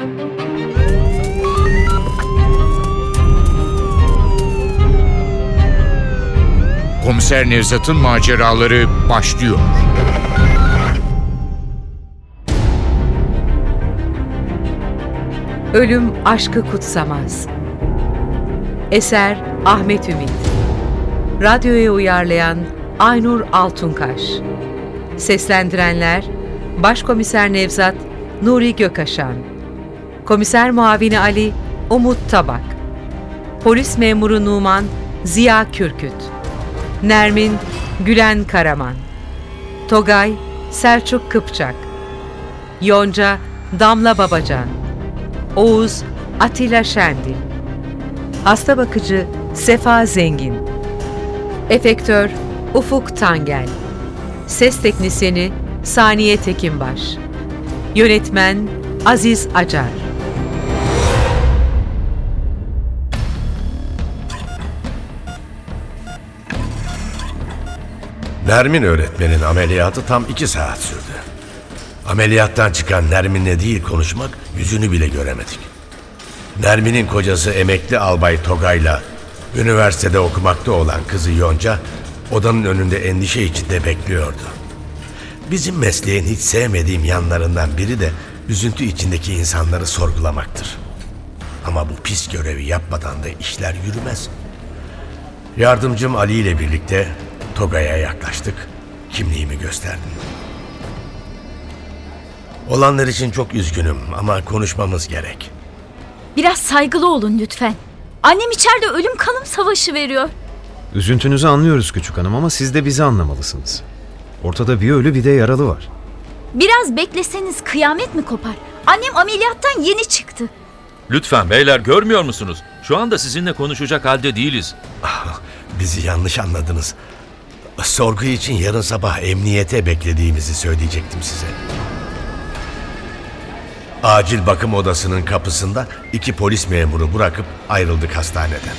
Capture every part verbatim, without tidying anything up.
Komiser Nevzat'ın maceraları başlıyor. Ölüm aşkı kutsamaz. Eser Ahmet Ümit. Radyoya uyarlayan Aynur Altunkaş. Seslendirenler Başkomiser Nevzat Nuri Gökaşan, Komiser Muavini Ali Umut Tabak, Polis Memuru Numan Ziya Kürküt, Nermin Gülen Karaman, Togay Selçuk Kıpçak, Yonca Damla Babacan, Oğuz Atilla Şendil, Hasta bakıcı Sefa Zengin, Efektör Ufuk Tangel, Ses teknisyeni Saniye Tekinbaş, Yönetmen Aziz Acar. Nermin öğretmenin ameliyatı tam iki saat sürdü. Ameliyattan çıkan Nermin'le değil konuşmak, yüzünü bile göremedik. Nermin'in kocası emekli albay Togay'la üniversitede okumakta olan kızı Yonca odanın önünde endişe içinde bekliyordu. Bizim mesleğin hiç sevmediğim yanlarından biri de üzüntü içindeki insanları sorgulamaktır. Ama bu pis görevi yapmadan da işler yürümez. Yardımcım Ali ile birlikte Togay'a yaklaştık. Kimliğimi gösterdim. Olanlar için çok üzgünüm ama konuşmamız gerek. Biraz saygılı olun lütfen. Annem içeride ölüm kalım savaşı veriyor. Üzüntünüzü anlıyoruz küçük hanım ama siz de bizi anlamalısınız. Ortada bir ölü bir de yaralı var. Biraz bekleseniz kıyamet mi kopar? Annem ameliyattan yeni çıktı. Lütfen beyler, görmüyor musunuz? Şu anda sizinle konuşacak halde değiliz. Bizi yanlış anladınız. Sorgu için yarın sabah emniyete beklediğimizi söyleyecektim size. Acil bakım odasının kapısında iki polis memuru bırakıp ayrıldık hastaneden.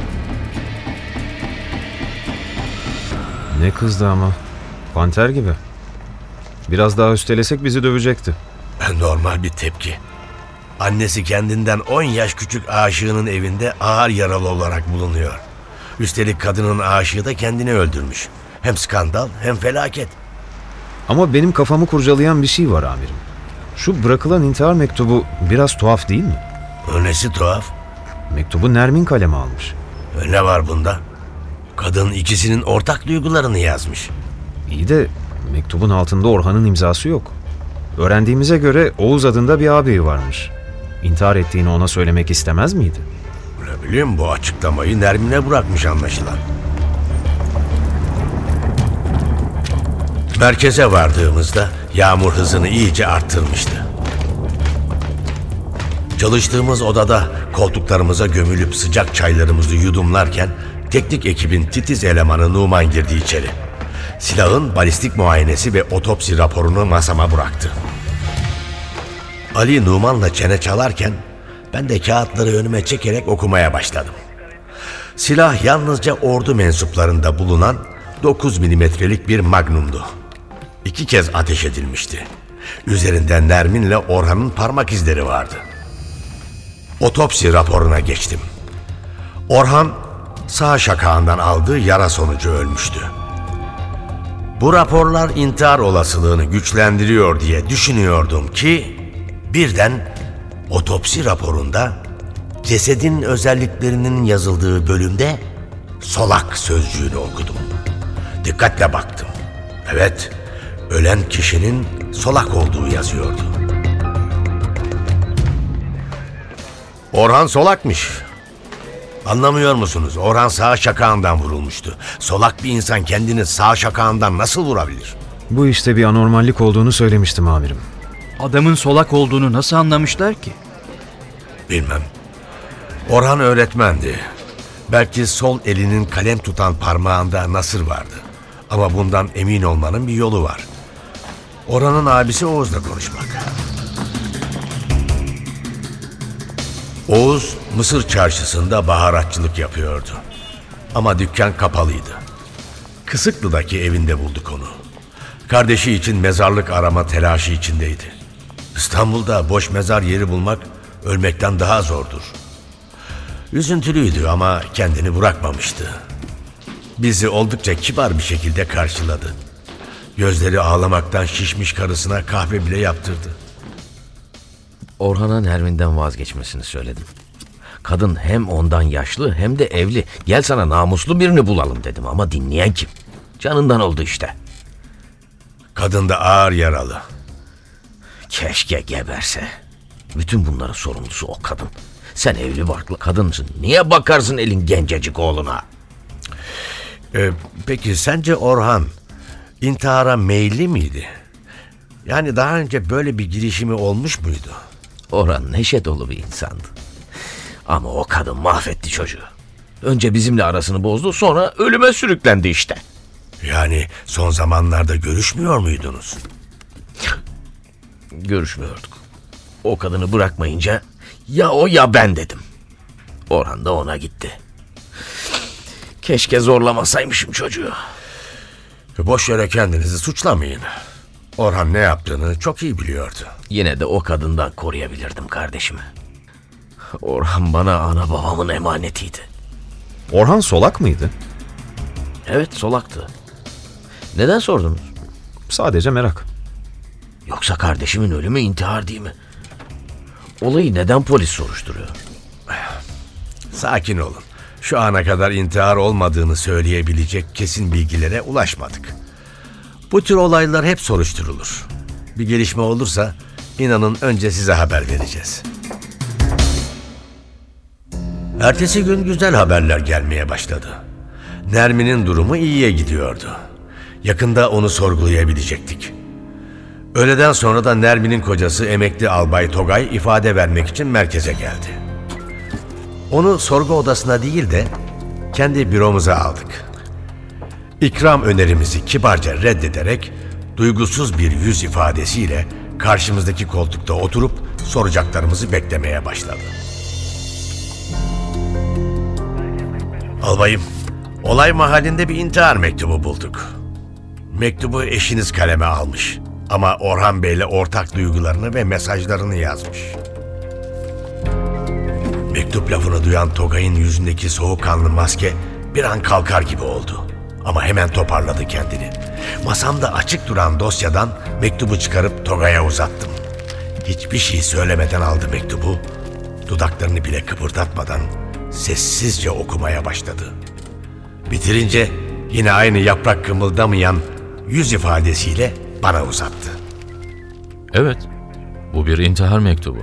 Ne kızdı ama. Panter gibi. Biraz daha üstelesek bizi dövecekti. Normal bir tepki. Annesi kendinden on yaş küçük aşığının evinde ağır yaralı olarak bulunuyor. Üstelik kadının aşığı da kendini öldürmüş. Hem skandal hem felaket. Ama benim kafamı kurcalayan bir şey var amirim. Şu bırakılan intihar mektubu biraz tuhaf değil mi? Öylesi tuhaf. Mektubu Nermin kaleme almış. Ne var bunda? Kadın ikisinin ortak duygularını yazmış. İyi de mektubun altında Orhan'ın imzası yok. Öğrendiğimize göre Oğuz adında bir ağabeyi varmış. İntihar ettiğini ona söylemek istemez miydi? Ne bileyim, bu açıklamayı Nermin'e bırakmış anlaşılan. Merkeze vardığımızda yağmur hızını iyice arttırmıştı. Çalıştığımız odada koltuklarımıza gömülüp sıcak çaylarımızı yudumlarken teknik ekibin titiz elemanı Numan girdi içeri. Silahın balistik muayenesi ve otopsi raporunu masama bıraktı. Ali Numan'la çene çalarken ben de kağıtları önüme çekerek okumaya başladım. Silah yalnızca ordu mensuplarında bulunan dokuz milimetrelik bir magnumdu. İki kez ateş edilmişti. Üzerinde Nermin'le Orhan'ın parmak izleri vardı. Otopsi raporuna geçtim. Orhan sağ şakağından aldığı yara sonucu ölmüştü. Bu raporlar intihar olasılığını güçlendiriyor diye düşünüyordum ki birden otopsi raporunda cesedin özelliklerinin yazıldığı bölümde solak sözcüğünü okudum. Dikkatle baktım. Evet, ölen kişinin solak olduğu yazıyordu. Orhan solakmış. Anlamıyor musunuz? Orhan sağ şakağından vurulmuştu. Solak bir insan kendini sağ şakağından nasıl vurabilir? Bu işte bir anormallik olduğunu söylemiştim amirim. Adamın solak olduğunu nasıl anlamışlar ki? Bilmem. Orhan öğretmendi. Belki sol elinin kalem tutan parmağında nasır vardı. Ama bundan emin olmanın bir yolu var. Orhan'ın abisi Oğuz'la konuşmak. Oğuz, Mısır çarşısında baharatçılık yapıyordu. Ama dükkan kapalıydı. Kısıklı'daki evinde bulduk onu. Kardeşi için mezarlık arama telaşı içindeydi. İstanbul'da boş mezar yeri bulmak ölmekten daha zordur. Üzüntülüydü ama kendini bırakmamıştı. Bizi oldukça kibar bir şekilde karşıladı. Gözleri ağlamaktan şişmiş karısına kahve bile yaptırdı. Orhan'a Nermin'den vazgeçmesini söyledim. Kadın hem ondan yaşlı hem de evli. Gel sana namuslu birini bulalım dedim ama dinleyen kim? Canından oldu işte. Kadın da ağır yaralı. Keşke geberse. Bütün bunların sorumlusu o kadın. Sen evli barklı kadınsın. Niye bakarsın elin gencecik oğluna? Ee, peki sence Orhan intihara meyilli miydi? Yani daha önce böyle bir girişimi olmuş muydu? Orhan neşe dolu bir insandı. Ama o kadın mahvetti çocuğu. Önce bizimle arasını bozdu, sonra ölüme sürüklendi işte. Yani son zamanlarda görüşmüyor muydunuz? Görüşmüyorduk. O kadını bırakmayınca ya o ya ben dedim. Orhan da ona gitti. Keşke zorlamasaymışım çocuğu. Boş yere kendinizi suçlamayın. Orhan ne yaptığını çok iyi biliyordu. Yine de o kadından koruyabilirdim kardeşimi. Orhan bana ana babamın emanetiydi. Orhan solak mıydı? Evet, solaktı. Neden sordunuz? Sadece merak. Yoksa kardeşimin ölümü intihar değil mi? Olayı neden polis soruşturuyor? Sakin olun. Şu ana kadar intihar olmadığını söyleyebilecek kesin bilgilere ulaşmadık. Bu tür olaylar hep soruşturulur. Bir gelişme olursa inanın önce size haber vereceğiz. Ertesi gün güzel haberler gelmeye başladı. Nermin'in durumu iyiye gidiyordu. Yakında onu sorgulayabilecektik. Öğleden sonra da Nermin'in kocası emekli albay Togay ifade vermek için merkeze geldi. Onu sorgu odasına değil de kendi büromuza aldık. İkram önerimizi kibarca reddederek duygusuz bir yüz ifadesiyle karşımızdaki koltukta oturup soracaklarımızı beklemeye başladı. Albayım, olay mahallinde bir intihar mektubu bulduk. Mektubu eşiniz kaleme almış ama Orhan Bey'le ortak duygularını ve mesajlarını yazmış. Mektup lafını duyan Togay'ın yüzündeki soğukkanlı maske bir an kalkar gibi oldu. Ama hemen toparladı kendini. Masamda açık duran dosyadan mektubu çıkarıp Togay'a uzattım. Hiçbir şey söylemeden aldı mektubu. Dudaklarını bile kıpırdatmadan sessizce okumaya başladı. Bitirince yine aynı yaprak kımıldamayan yüz ifadesiyle bana uzattı. Evet, bu bir intihar mektubu.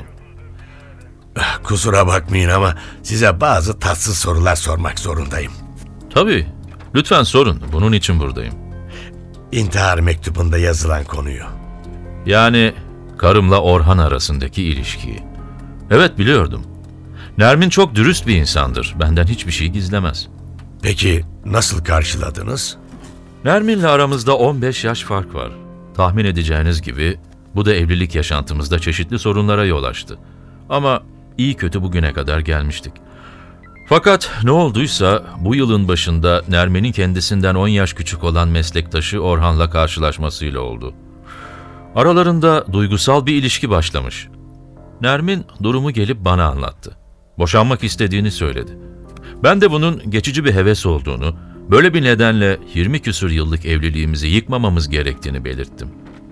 Kusura bakmayın ama size bazı tatsız sorular sormak zorundayım. Tabii, lütfen sorun. Bunun için buradayım. İntihar mektubunda yazılan konuyu. Yani karımla Orhan arasındaki ilişkiyi. Evet, biliyordum. Nermin çok dürüst bir insandır. Benden hiçbir şey gizlemez. Peki nasıl karşıladınız? Nermin'le aramızda on beş yaş fark var. Tahmin edeceğiniz gibi bu da evlilik yaşantımızda çeşitli sorunlara yol açtı. Ama iyi kötü bugüne kadar gelmiştik. Fakat ne olduysa bu yılın başında Nermin'in kendisinden on yaş küçük olan meslektaşı Orhan'la karşılaşmasıyla oldu. Aralarında duygusal bir ilişki başlamış. Nermin durumu gelip bana anlattı. Boşanmak istediğini söyledi. Ben de bunun geçici bir heves olduğunu, böyle bir nedenle yirmi küsur yıllık evliliğimizi yıkmamamız gerektiğini belirttim.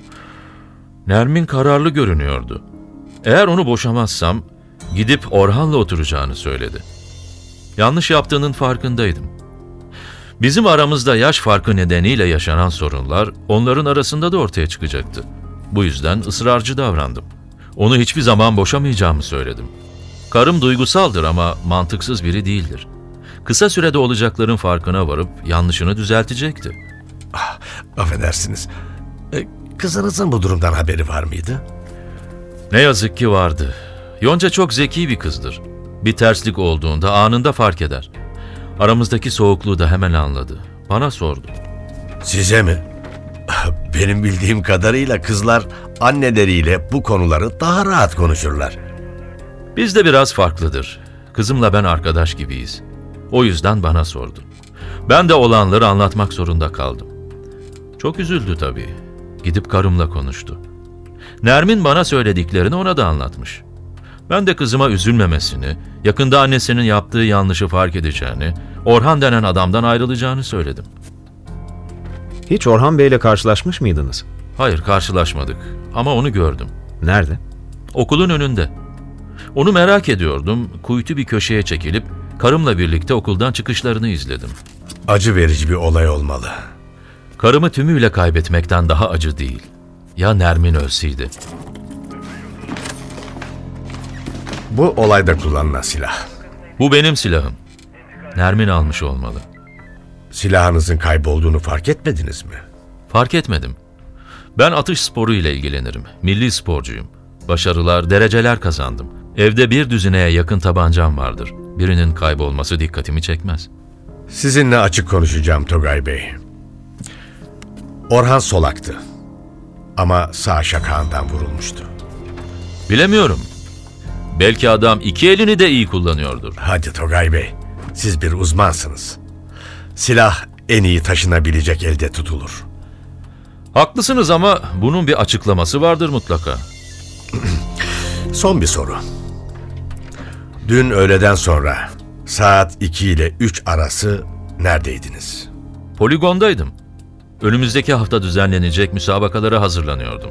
Nermin kararlı görünüyordu. Eğer onu boşamazsam gidip Orhan'la oturacağını söyledi. Yanlış yaptığının farkındaydım. Bizim aramızda yaş farkı nedeniyle yaşanan sorunlar onların arasında da ortaya çıkacaktı. Bu yüzden ısrarcı davrandım. Onu hiçbir zaman boşamayacağımı söyledim. Karım duygusaldır ama mantıksız biri değildir. Kısa sürede olacakların farkına varıp yanlışını düzeltecekti. Ah, affedersiniz. E, kızınızın bu durumdan haberi var mıydı? Ne yazık ki vardı. Yonca çok zeki bir kızdır. Bir terslik olduğunda anında fark eder. Aramızdaki soğukluğu da hemen anladı. Bana sordu. Size mi? Benim bildiğim kadarıyla kızlar anneleriyle bu konuları daha rahat konuşurlar. Bizde biraz farklıdır. Kızımla ben arkadaş gibiyiz. O yüzden bana sordu. Ben de olanları anlatmak zorunda kaldım. Çok üzüldü tabii. Gidip karımla konuştu. Nermin bana söylediklerini ona da anlatmış. Ben de kızıma üzülmemesini, yakında annesinin yaptığı yanlışı fark edeceğini, Orhan denen adamdan ayrılacağını söyledim. Hiç Orhan Bey'le karşılaşmış mıydınız? Hayır, karşılaşmadık ama onu gördüm. Nerede? Okulun önünde. Onu merak ediyordum, kuytu bir köşeye çekilip karımla birlikte okuldan çıkışlarını izledim. Acı verici bir olay olmalı. Karımı tümüyle kaybetmekten daha acı değil. Ya Nermin ölseydi? Bu olayda kullanılan silah. Bu benim silahım. Nermin almış olmalı. Silahınızın kaybolduğunu fark etmediniz mi? Fark etmedim. Ben atış sporu ile ilgilenirim. Milli sporcuyum. Başarılar, dereceler kazandım. Evde bir düzineye yakın tabancam vardır. Birinin kaybolması dikkatimi çekmez. Sizinle açık konuşacağım Togay Bey. Orhan solaktı. Ama sağ şakağından vurulmuştu. Bilemiyorum. Belki adam iki elini de iyi kullanıyordur. Hadi Togay Bey, siz bir uzmansınız. Silah en iyi taşınabilecek elde tutulur. Haklısınız ama bunun bir açıklaması vardır mutlaka. Son bir soru. Dün öğleden sonra saat iki ile üç arası neredeydiniz? Poligondaydım. Önümüzdeki hafta düzenlenecek müsabakalara hazırlanıyordum.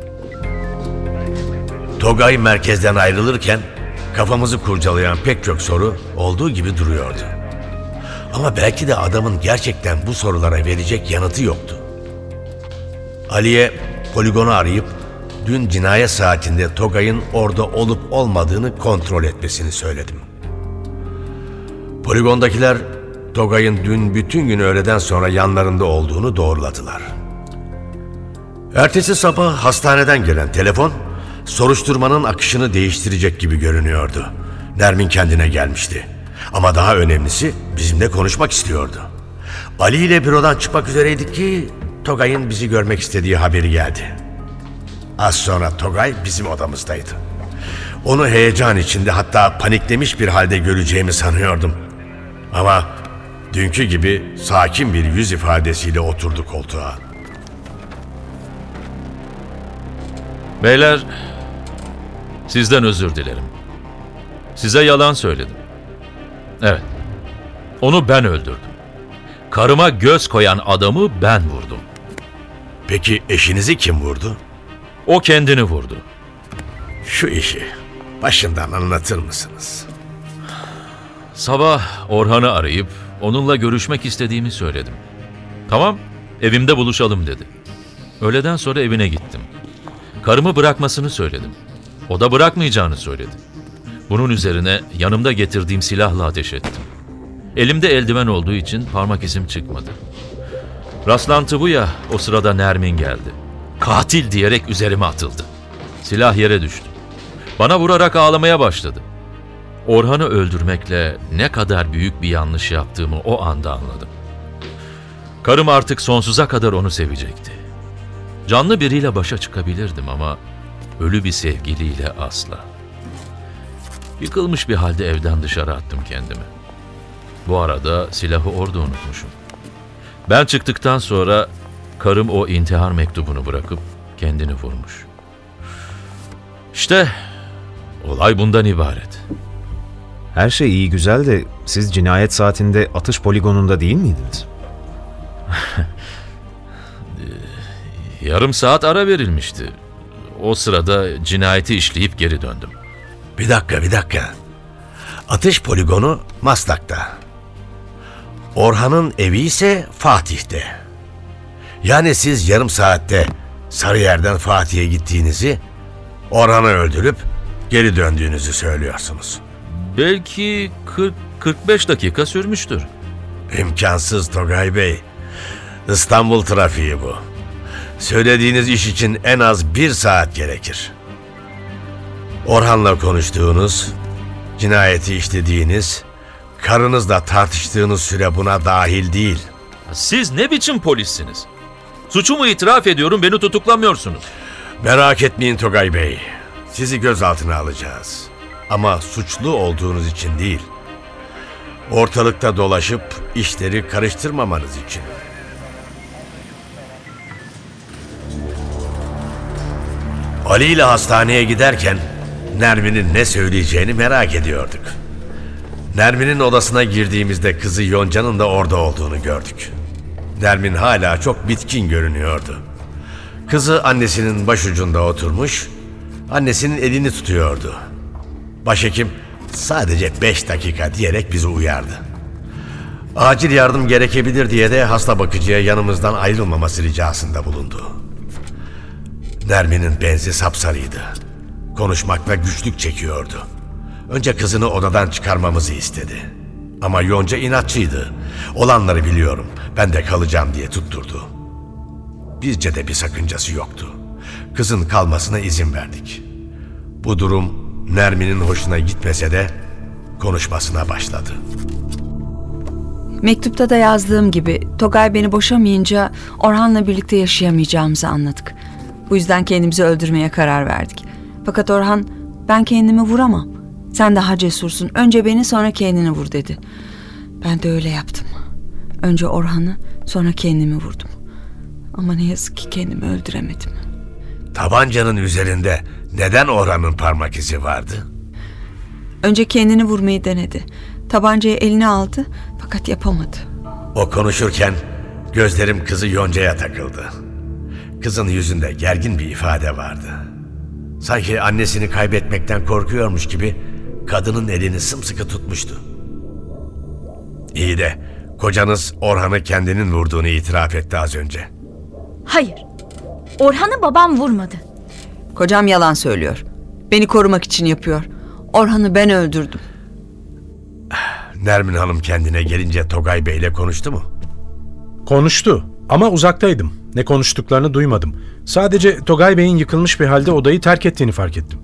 Togay merkezden ayrılırken kafamızı kurcalayan pek çok soru olduğu gibi duruyordu. Ama belki de adamın gerçekten bu sorulara verecek yanıtı yoktu. Ali'ye poligonu arayıp dün cinayet saatinde Togay'ın orada olup olmadığını kontrol etmesini söyledim. Poligondakiler Togay'ın dün bütün gün öğleden sonra yanlarında olduğunu doğruladılar. Ertesi sabah hastaneden gelen telefon soruşturmanın akışını değiştirecek gibi görünüyordu. Nermin kendine gelmişti. Ama daha önemlisi bizimle konuşmak istiyordu. Ali ile bürodan çıkmak üzereydik ki Togay'ın bizi görmek istediği haberi geldi. Az sonra Togay bizim odamızdaydı. Onu heyecan içinde, hatta paniklemiş bir halde göreceğimi sanıyordum. Ama dünkü gibi sakin bir yüz ifadesiyle oturdu koltuğa. Beyler, sizden özür dilerim. Size yalan söyledim. Evet, onu ben öldürdüm. Karıma göz koyan adamı ben vurdum. Peki eşinizi kim vurdu? O kendini vurdu. Şu işi başından anlatır mısınız? Sabah Orhan'ı arayıp onunla görüşmek istediğimi söyledim. Tamam, evimde buluşalım dedi. Öğleden sonra evine gittim. Karımı bırakmasını söyledim. O da bırakmayacağını söyledi. Bunun üzerine yanımda getirdiğim silahla ateş ettim. Elimde eldiven olduğu için parmak izim çıkmadı. Rastlantı bu ya, o sırada Nermin geldi. Katil diyerek üzerime atıldı. Silah yere düştü. Bana vurarak ağlamaya başladı. Orhan'ı öldürmekle ne kadar büyük bir yanlış yaptığımı o anda anladım. Karım artık sonsuza kadar onu sevecekti. Canlı biriyle başa çıkabilirdim ama ölü bir sevgiliyle asla. Yıkılmış bir halde evden dışarı attım kendimi. Bu arada silahı orada unutmuşum. Ben çıktıktan sonra karım o intihar mektubunu bırakıp kendini vurmuş. İşte olay bundan ibaret. Her şey iyi güzel de siz cinayet saatinde atış poligonunda değil miydiniz? Yarım saat ara verilmişti. O sırada cinayeti işleyip geri döndüm. Bir dakika, bir dakika. Atış poligonu Maslak'ta. Orhan'ın evi ise Fatih'te. Yani siz yarım saatte Sarıyer'den Fatih'e gittiğinizi, Orhan'ı öldürüp geri döndüğünüzü söylüyorsunuz. Belki kırk kırk beş dakika sürmüştür. İmkansız Togay Bey. İstanbul trafiği bu. Söylediğiniz iş için en az bir saat gerekir. Orhan'la konuştuğunuz, cinayeti işlediğiniz, karınızla tartıştığınız süre buna dahil değil. Siz ne biçim polissiniz? Suçumu itiraf ediyorum, beni tutuklamıyorsunuz. Merak etmeyin Togay Bey. Sizi gözaltına alacağız. Ama suçlu olduğunuz için değil. Ortalıkta dolaşıp işleri karıştırmamanız için. Ali ile hastaneye giderken Nermin'in ne söyleyeceğini merak ediyorduk. Nermin'in odasına girdiğimizde kızı Yonca'nın da orada olduğunu gördük. Nermin hala çok bitkin görünüyordu. Kızı annesinin başucunda oturmuş, annesinin elini tutuyordu. Başhekim sadece beş dakika diyerek bizi uyardı. Acil yardım gerekebilir diye de hasta bakıcıya yanımızdan ayrılmaması ricasında bulundu. Nermin'in benzi sapsarıydı. Konuşmakta güçlük çekiyordu. Önce kızını odadan çıkarmamızı istedi. Ama Yonca inatçıydı. Olanları biliyorum, ben de kalacağım diye tutturdu. Bizce de bir sakıncası yoktu. Kızın kalmasına izin verdik. Bu durum Nermin'in hoşuna gitmese de konuşmasına başladı. Mektupta da yazdığım gibi Togay beni boşamayınca Orhan'la birlikte yaşayamayacağımızı anladık. Bu yüzden kendimizi öldürmeye karar verdik. Fakat Orhan, ben kendimi vuramam. Sen daha cesursun. Önce beni sonra kendini vur dedi. Ben de öyle yaptım. Önce Orhan'ı sonra kendimi vurdum. Ama ne yazık ki kendimi öldüremedim. Tabancanın üzerinde neden Orhan'ın parmak izi vardı? Önce kendini vurmayı denedi. Tabancayı eline aldı fakat yapamadı. O konuşurken gözlerim kızı Yonca'ya takıldı. Kızın yüzünde gergin bir ifade vardı. Sanki annesini kaybetmekten korkuyormuş gibi kadının elini sımsıkı tutmuştu. İyi de kocanız Orhan'ı kendinin vurduğunu itiraf etti az önce. Hayır. Orhan'ı babam vurmadı. Kocam yalan söylüyor. Beni korumak için yapıyor. Orhan'ı ben öldürdüm. Nermin Hanım kendine gelince Togay Bey'le konuştu mu? Konuştu ama uzaktaydım. Ne konuştuklarını duymadım. Sadece Togay Bey'in yıkılmış bir halde odayı terk ettiğini fark ettim.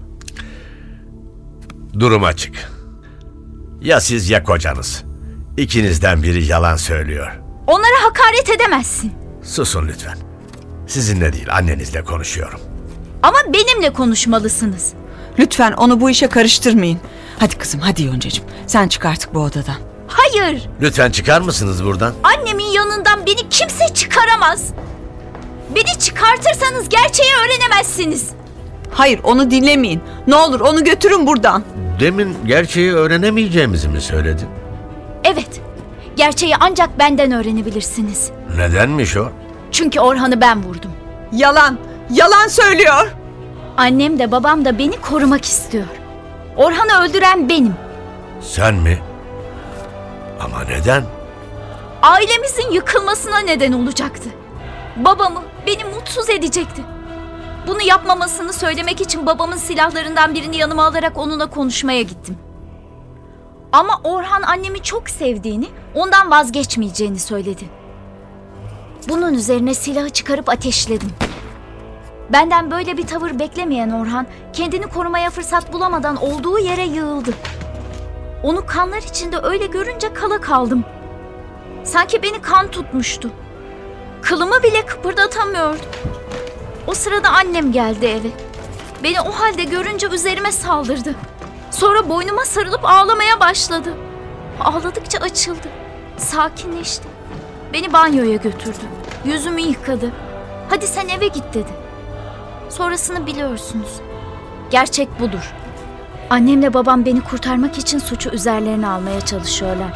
Durum açık. Ya siz ya kocanız. İkinizden biri yalan söylüyor. Onlara hakaret edemezsin. Susun lütfen. Sizinle değil, annenizle konuşuyorum. Ama benimle konuşmalısınız. Lütfen onu bu işe karıştırmayın. Hadi kızım, hadi Yoncacığım. Sen çık artık bu odadan. Hayır. Lütfen çıkar mısınız buradan? Annemin yanından beni kimse çıkaramaz. Beni çıkartırsanız gerçeği öğrenemezsiniz. Hayır, onu dinlemeyin. Ne olur onu götürün buradan. Demin gerçeği öğrenemeyeceğimizi mi söyledin? Evet. Gerçeği ancak benden öğrenebilirsiniz. Nedenmiş o? Çünkü Orhan'ı ben vurdum. Yalan, yalan söylüyor. Annem de babam da beni korumak istiyor. Orhan'ı öldüren benim. Sen mi? Ama neden? Ailemizin yıkılmasına neden olacaktı. Babamı, beni mutsuz edecekti. Bunu yapmamasını söylemek için babamın silahlarından birini yanıma alarak onunla konuşmaya gittim. Ama Orhan annemi çok sevdiğini, ondan vazgeçmeyeceğini söyledi. Bunun üzerine silahı çıkarıp ateşledim. Benden böyle bir tavır beklemeyen Orhan, kendini korumaya fırsat bulamadan olduğu yere yığıldı. Onu kanlar içinde öyle görünce kala kaldım. Sanki beni kan tutmuştu. Kılımı bile kıpırdatamıyordum. O sırada annem geldi eve. Beni o halde görünce üzerime saldırdı. Sonra boynuma sarılıp ağlamaya başladı. Ağladıkça açıldı. Sakinleşti. Beni banyoya götürdü. Yüzümü yıkadı. Hadi sen eve git dedi. Sonrasını biliyorsunuz. Gerçek budur. Annemle babam beni kurtarmak için suçu üzerlerine almaya çalışıyorlar.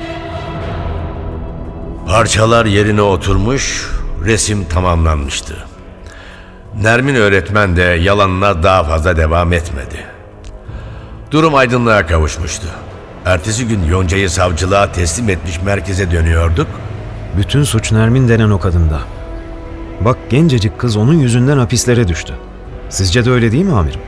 Parçalar yerine oturmuş, resim tamamlanmıştı. Nermin öğretmen de yalanına daha fazla devam etmedi. Durum aydınlığa kavuşmuştu. Ertesi gün Yonca'yı savcılığa teslim etmiş merkeze dönüyorduk. Bütün suç Nermin denen o kadında. Bak gencecik kız onun yüzünden hapislere düştü. Sizce de öyle değil mi amirim?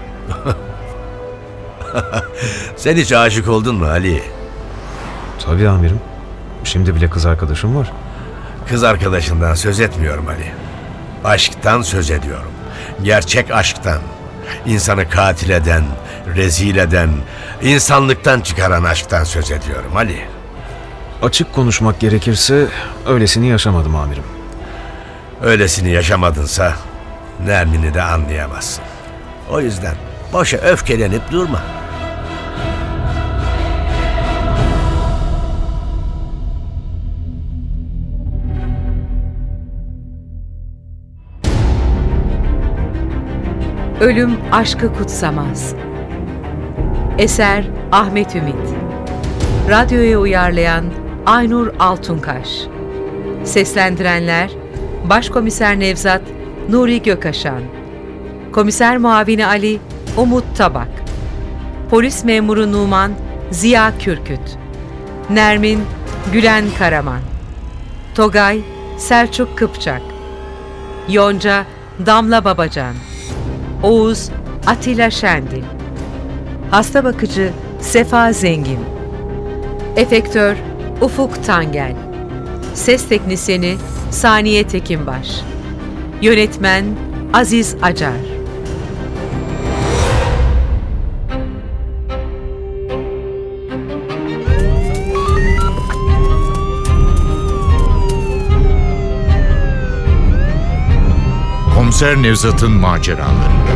Sen hiç aşık oldun mu Ali? Tabii amirim. Şimdi bile kız arkadaşım var. Kız arkadaşından söz etmiyorum Ali. Aşktan söz ediyorum. Gerçek aşktan. İnsanı katil eden, rezil eden, insanlıktan çıkaran aşktan söz ediyorum Ali. Açık konuşmak gerekirse öylesini yaşamadım amirim. Öylesini yaşamadınsa Nermin'i de anlayamazsın. O yüzden boşa öfkelenip durma. Ölüm aşkı kutsamaz. Eser Ahmet Ümit. Radyoya uyarlayan Aynur Altunkaş. Seslendirenler Başkomiser Nevzat Nuri Gökaşan, Komiser Muavini Ali Umut Tabak, Polis Memuru Numan Ziya Kürküt, Nermin Gülen Karaman, Togay Selçuk Kıpçak, Yonca Damla Babacan, Oğuz Atilla Şendil, Hasta Bakıcı Sefa Zengin, Efektör Ufuk Tangel, Ses Teknisyeni Saniye Tekinbaş, Yönetmen Aziz Acar. Komiser Nevzat'ın maceraları.